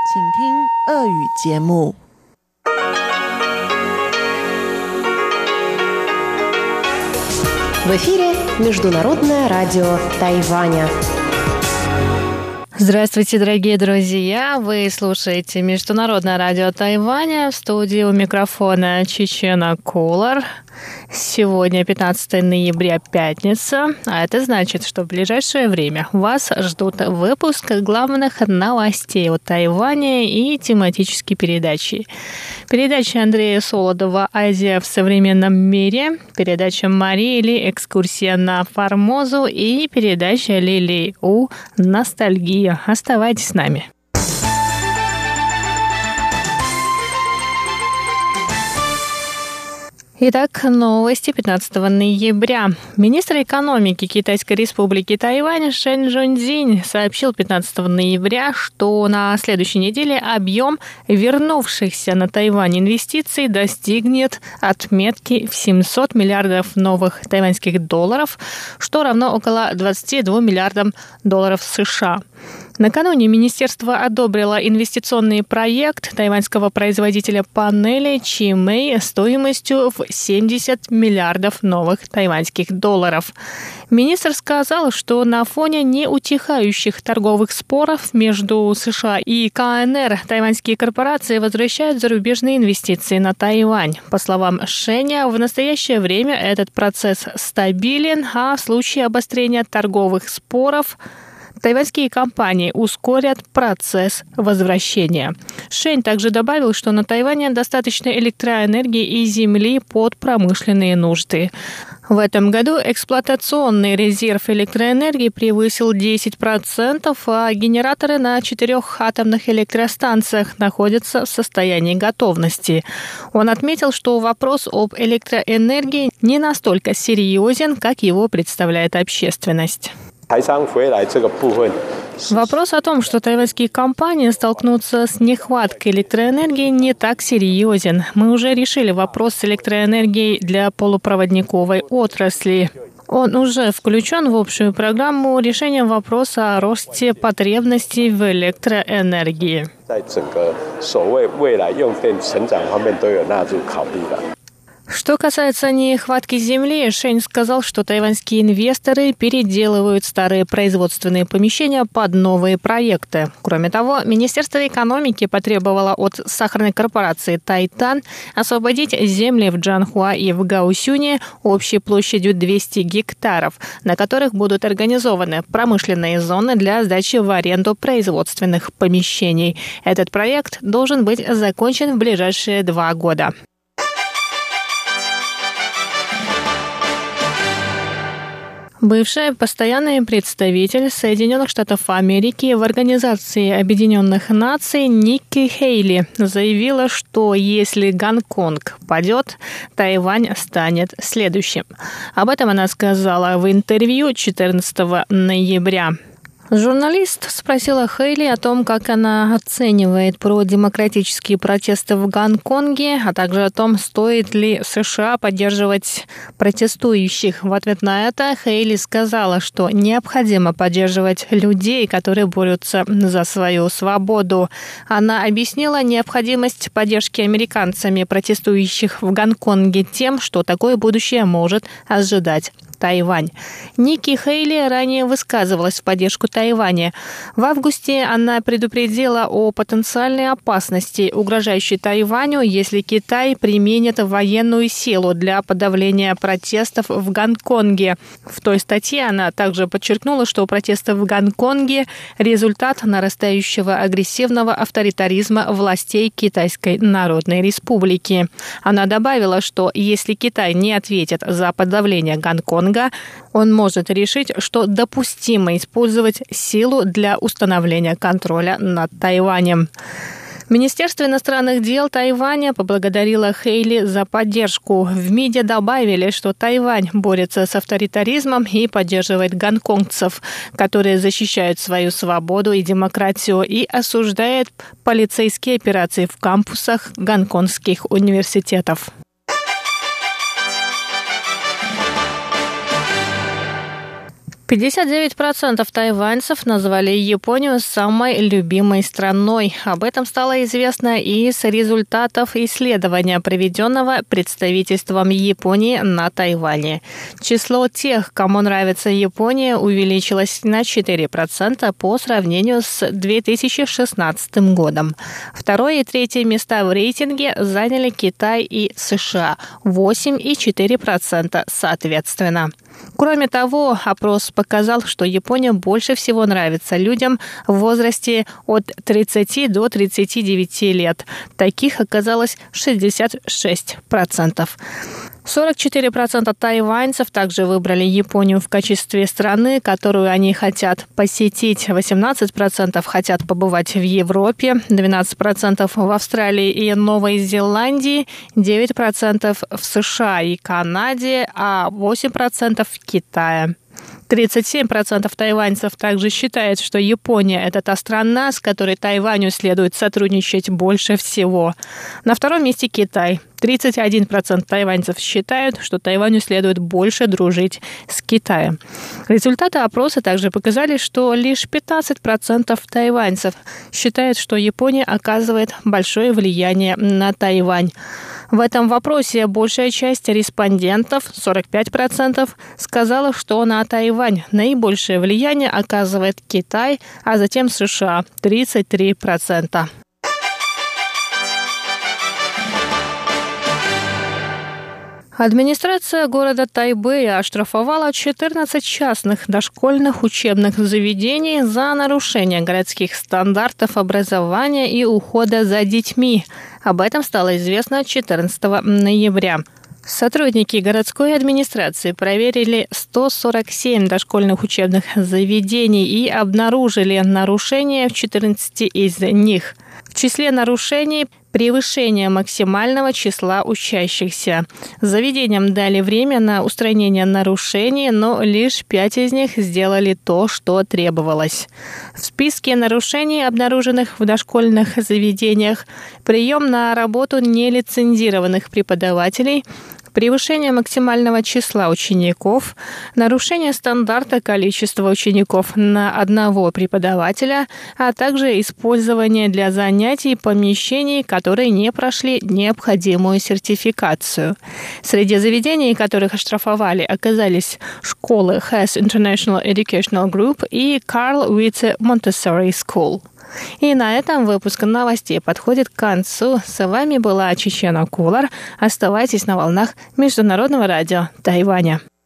请听俄语节目。 В эфире Международное радио Тайваня. Здравствуйте, дорогие друзья! Вы слушаете Международное радио Тайваня. В студии у микрофона Чечена Кулар. Сегодня 15 ноября, пятница, а это значит, что в ближайшее время вас ждут выпуск главных новостей от Тайваня и тематические передачи. Передача Андрея Солодова «Азия в современном мире», передача Марии Ли «Экскурсия на Формозу» и передача Лили У «Ностальгия». Оставайтесь с нами. Итак, новости 15 ноября. Министр экономики Китайской республики Тайвань Шэнь Жуньцзинь сообщил 15 ноября, что на следующей неделе объем вернувшихся на Тайвань инвестиций достигнет отметки в 700 миллиардов новых тайваньских долларов, что равно около 22 миллиардам долларов США. Накануне министерство одобрило инвестиционный проект тайваньского производителя панелей Чимэй стоимостью в 70 миллиардов новых тайваньских долларов. Министр сказал, что на фоне неутихающих торговых споров между США и КНР тайваньские корпорации возвращают зарубежные инвестиции на Тайвань. По словам Шэня, в настоящее время этот процесс стабилен, а в случае обострения торговых споров тайваньские компании ускорят процесс возвращения. Шэнь также добавил, что на Тайване достаточно электроэнергии и земли под промышленные нужды. В этом году эксплуатационный резерв электроэнергии превысил 10%, а генераторы на 4 атомных электростанциях находятся в состоянии готовности. Он отметил, что вопрос об электроэнергии не настолько серьезен, как его представляет общественность. Вопрос о том, что тайваньские компании столкнутся с нехваткой электроэнергии, не так серьезен. Мы уже решили вопрос с электроэнергией для полупроводниковой отрасли. Он уже включен в общую программу решения вопроса о росте потребностей в электроэнергии. Что касается нехватки земли, Шэнь сказал, что тайваньские инвесторы переделывают старые производственные помещения под новые проекты. Кроме того, Министерство экономики потребовало от сахарной корпорации «Тайтан» освободить земли в Джанхуа и в Гаосюне общей площадью 200 гектаров, на которых будут организованы промышленные зоны для сдачи в аренду производственных помещений. Этот проект должен быть закончен в ближайшие 2 года. Бывший постоянный представитель Соединенных Штатов Америки в Организации Объединенных Наций Никки Хейли заявила, что если Гонконг падет, Тайвань станет следующим. Об этом она сказала в интервью 14 ноября. Журналист спросила Хейли о том, как она оценивает продемократические протесты в Гонконге, а также о том, стоит ли США поддерживать протестующих. В ответ на это Хейли сказала, что необходимо поддерживать людей, которые борются за свою свободу. Она объяснила необходимость поддержки американцами протестующих в Гонконге тем, что такое будущее может ожидать Тайвань. Никки Хейли ранее высказывалась в поддержку Тайваня. В августе она предупредила о потенциальной опасности, угрожающей Тайваню, если Китай применит военную силу для подавления протестов в Гонконге. В той статье она также подчеркнула, что протесты в Гонконге – результат нарастающего агрессивного авторитаризма властей Китайской Народной Республики. Она добавила, что если Китай не ответит за подавление Гонконга, он может решить, что допустимо использовать силу для установления контроля над Тайванем. Министерство иностранных дел Тайваня поблагодарило Хейли за поддержку. В МИДе добавили, что Тайвань борется с авторитаризмом и поддерживает гонконгцев, которые защищают свою свободу и демократию, и осуждает полицейские операции в кампусах гонконгских университетов. 59% тайваньцев назвали Японию самой любимой страной. Об этом стало известно из результатов исследования, проведенного представительством Японии на Тайване. Число тех, кому нравится Япония, увеличилось на 4% по сравнению с 2016 годом. Второе и третье места в рейтинге заняли Китай и США – 8% и 4% соответственно. Кроме того, опрос показал, что Япония больше всего нравится людям в возрасте от 30 до 39 лет. Таких оказалось 66%. 44% тайваньцев также выбрали Японию в качестве страны, которую они хотят посетить. 18% хотят побывать в Европе, 12% в Австралии и Новой Зеландии, 9% в США и Канаде, а 8% в Китае. 37% тайваньцев также считают, что Япония – это та страна, с которой Тайваню следует сотрудничать больше всего. На втором месте Китай. 31% тайваньцев считают, что Тайваню следует больше дружить с Китаем. Результаты опроса также показали, что лишь 15% тайваньцев считают, что Япония оказывает большое влияние на Тайвань. В этом вопросе большая часть респондентов, 45%, сказала, что на Тайвань наибольшее влияние оказывает Китай, а затем США, 33%. Администрация города Тайбэя оштрафовала 14 частных дошкольных учебных заведений за нарушение городских стандартов образования и ухода за детьми. Об этом стало известно 14 ноября. Сотрудники городской администрации проверили 147 дошкольных учебных заведений и обнаружили нарушения в 14 из них. В числе нарушений превышение максимального числа учащихся. Заведениям дали время на устранение нарушений, но лишь 5 из них сделали то, что требовалось. В списке нарушений, обнаруженных в дошкольных заведениях, прием на работу нелицензированных преподавателей, превышение максимального числа учеников, нарушение стандарта количества учеников на одного преподавателя, а также использование для занятий помещений, которые не прошли необходимую сертификацию. Среди заведений, которых оштрафовали, оказались школы Hess International Educational Group и Carl Witte Montessori School. И на этом выпуск новостей подходит к концу. С вами была Чечена Кулар. Оставайтесь на волнах Международного радио Тайваня.